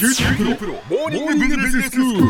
九州大学モーニングビジネススクール。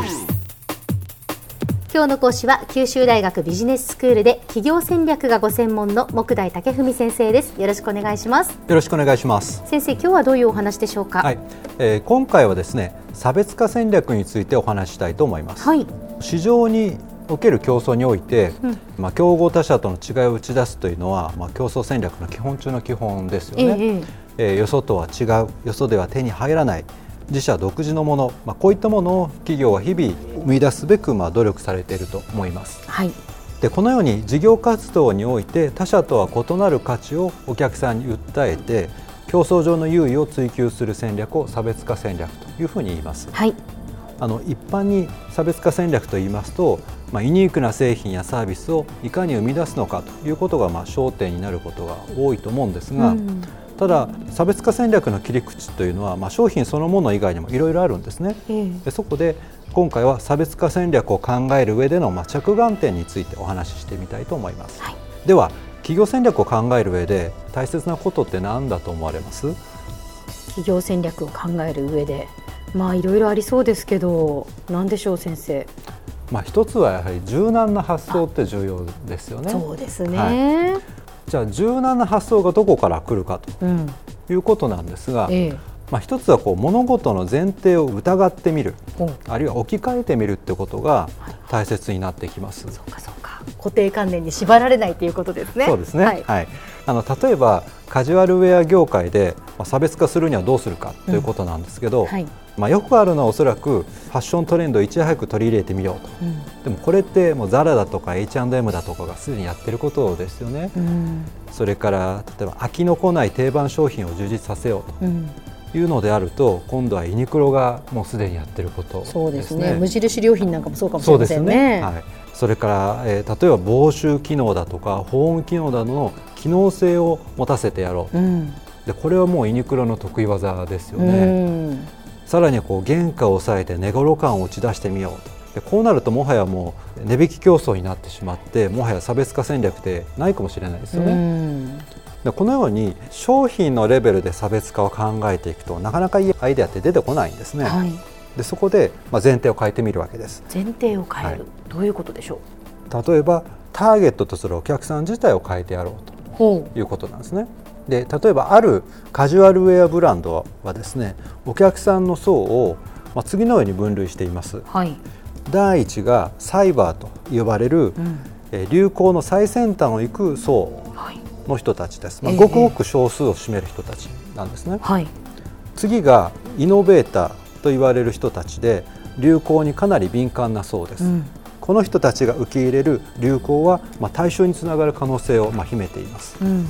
今日の講師は九州大学ビジネススクールで企業戦略がご専門の杢代武文先生です。よろしくお願いします。 よろしくお願いします。 先生、今日はどういうお話でしょうか。 はい、今回はですね、差別化戦略についてお話ししたいと思います。 はい、 市場における競争において、競合他社との違いを打ち出すというのは、競争戦略の基本中の基本ですよね。よそとは違う、よそでは手に入らない自社独自のもの、こういったものを企業は日々生み出すべく努力されていると思います。 はい、 でこのように事業活動において他社とは異なる価値をお客さんに訴えて競争上の優位を追求する戦略を差別化戦略というふうに言います。 はい、 一般に差別化戦略と言いますと、ユニークな製品やサービスをいかに生み出すのかということが焦点になることが多いと思うんですが、ただ差別化戦略の切り口というのは、商品そのもの以外にもいろいろあるんですね。でそこで今回は差別化戦略を考える上での着眼点についてお話ししてみたいと思います。はい、では企業戦略を考える上で大切なことって何だと思われます？ 企業戦略を考える上でいろいろありそうですけど、何でしょう先生。 一つはやはり柔軟な発想って重要ですよね。 そうですね。 じゃあ柔軟な発想がどこから来るかということなんですが、一つは物事の前提を疑ってみる、あるいは置き換えてみるってことが大切になってきます。 そうか固定観念に縛られないということですね。 そうですね。はい、例えばカジュアルウェア業界で差別化するにはどうするかということなんですけど、よくあるのはおそらくファッショントレンドをいち早く取り入れてみようと、でもこれってもうザラだとか H&M だとかがすでにやってることですよね。それから例えば飽きのこない定番商品を充実させようというのであると、今度はユニクロがもうすでにやってることですね。 そうですね。無印良品なんかもそうかもしれませんね。 そうですね。はい、それから、例えば防臭機能だとか保温機能などの機能性を持たせてやろう、でこれはもうユニクロの得意技ですよね。さらには原価を抑えて値頃感を打ち出してみようと。でこうなるともはやもう値引き競争になってしまって、もはや差別化戦略ってないかもしれないですよね。でこのように商品のレベルで差別化を考えていくとなかなかいいアイデアって出てこないんですね。でそこで前提を変えてみるわけです。 前提を変える、どういうことでしょう。 例えばターゲットとするお客さん自体を変えてやろうということなんですね。で例えばあるカジュアルウェアブランドはですね、お客さんの層を次のように分類しています。第一がサイバーと呼ばれる、流行の最先端を行く層の人たちです。ごくごく少数を占める人たちなんですね。次がイノベーターと言われる人たちで、流行にかなり敏感な層です。この人たちが受け入れる流行は、大衆につながる可能性を秘めています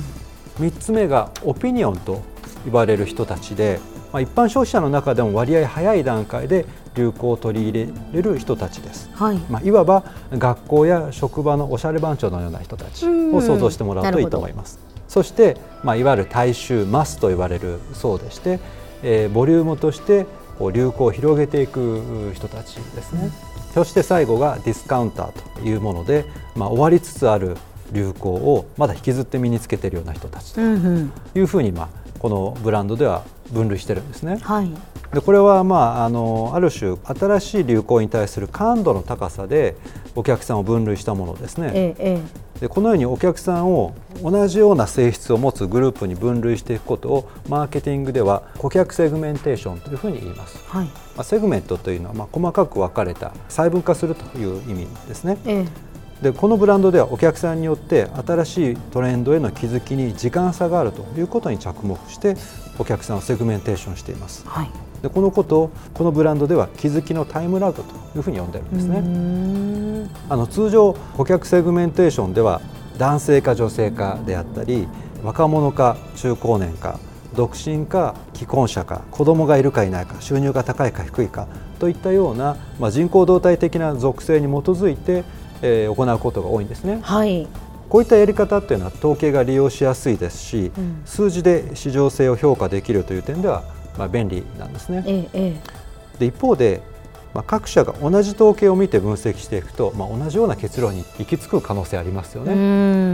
。3つ目がオピニオンと言われる人たちで、一般消費者の中でも割合早い段階で流行を取り入れれる人たちです。いわば学校や職場のおしゃれ番長のような人たちを想像してもらうといいと思います。そして、いわゆる大衆マスと言われる層でして、ボリュームとして流行を広げていく人たちですね。そして最後がディスカウンターというもので、終わりつつある流行をまだ引きずって身につけているような人たちというふうに、このブランドでは分類してるんですね。でこれは、ある種新しい流行に対する感度の高さでお客さんを分類したものですね。でこのようにお客さんを同じような性質を持つグループに分類していくことをマーケティングでは顧客セグメンテーションというふうに言います。セグメントというのは、細かく分かれた細分化するという意味ですね。でこのブランドではお客さんによって新しいトレンドへの気づきに時間差があるということに着目してお客さんをセグメンテーションしています。でこのことをこのブランドでは気づきのタイムラグというふうに呼んでるんですね。通常顧客セグメンテーションでは男性か女性かであったり、若者か中高年か独身か既婚者か子供がいるかいないか収入が高いか低いかといったような、人口動態的な属性に基づいて行うことが多いんですね。こういったやり方というのは統計が利用しやすいですし、数字で市場性を評価できるという点では便利なんですね。で一方で、各社が同じ統計を見て分析していくと、同じような結論に行き着く可能性ありますよね。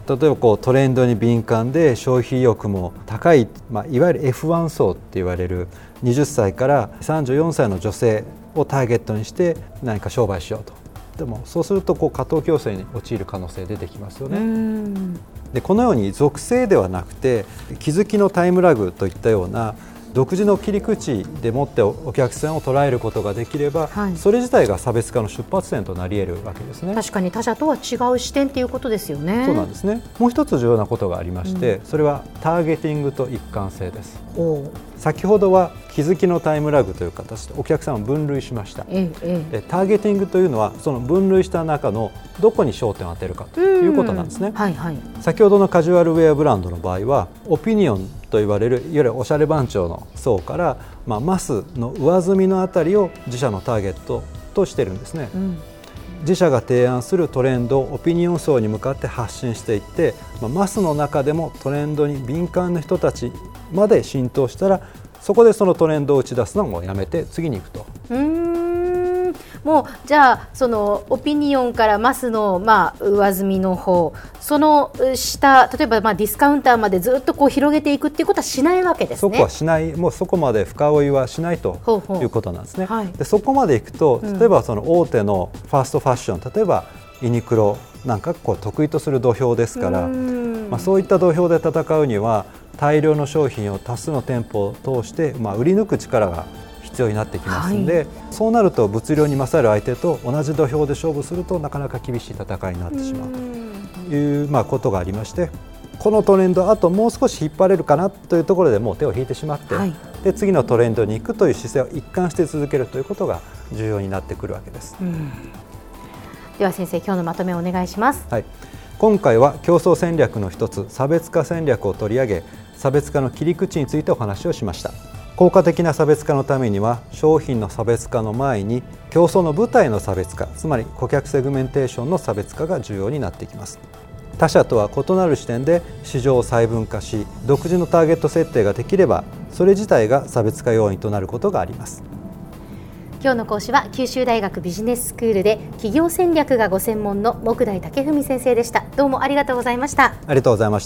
例えばトレンドに敏感で消費意欲も高い、いわゆる F1 層って言われる20歳から34歳の女性をターゲットにして何か商売しようと。でもそうすると過当競争に陥る可能性出てきますよね。でこのように属性ではなくて気づきのタイムラグといったような独自の切り口でもってお客さんを捉えることができれば、それ自体が差別化の出発点となり得るわけですね。 確かに他社とは違う視点ということですよね。 そうなんですね。もう一つ重要なことがありまして、それはターゲティングと一貫性です。先ほどは気づきのタイムラグという形でお客さんを分類しました。ターゲティングというのはその分類した中のどこに焦点を当てるかということなんですね。先ほどのカジュアルウェアブランドの場合はオピニオンと言われるいわゆるおしゃれ番長の層から、マスの上積みのあたりを自社のターゲットとしているんですね。自社が提案するトレンドをオピニオン層に向かって発信していって、マスの中でもトレンドに敏感な人たちまで浸透したら、そこでそのトレンドを打ち出すのもやめて次に行くと。 もうじゃあそのオピニオンからマスの上積みの方、その下例えばディスカウンターまでずっと広げていくっていうことはしないわけですね。 そこはしない、もうそこまで深追いはしないということなんですね。でそこまでいくと、例えばその大手のファーストファッション、例えばユニクロなんか得意とする土俵ですから、そういった土俵で戦うには大量の商品を多数の店舗を通して、売り抜く力が必要になってきますので、そうなると物量に勝る相手と同じ土俵で勝負するとなかなか厳しい戦いになってしまうという、ことがありまして、このトレンドあともう少し引っ張れるかなというところでもう手を引いてしまって、で次のトレンドに行くという姿勢を一貫して続けるということが重要になってくるわけです。 では先生、今日のまとめをお願いします。 今回は競争戦略の一つ差別化戦略を取り上げ、差別化の切り口についてお話をしました。効果的な差別化のためには商品の差別化の前に競争の舞台の差別化、つまり顧客セグメンテーションの差別化が重要になってきます。他社とは異なる視点で市場を細分化し、独自のターゲット設定ができればそれ自体が差別化要因となることがあります。 今日の講師は九州大学ビジネススクールで企業戦略がご専門の杢代武文先生でした。どうもありがとうございました。 ありがとうございました。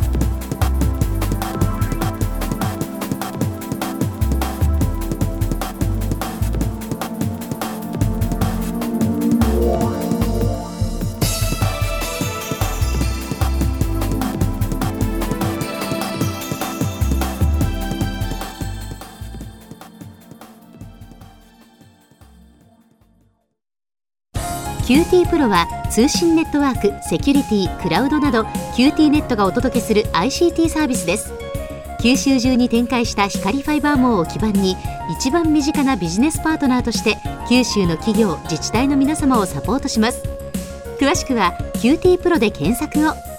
QT プロは通信ネットワーク、セキュリティ、クラウドなど QT ネットがお届けする ICT サービスです。九州中に展開した光ファイバー網を基盤に一番身近なビジネスパートナーとして九州の企業、自治体の皆様をサポートします。詳しくは QT プロで検索を。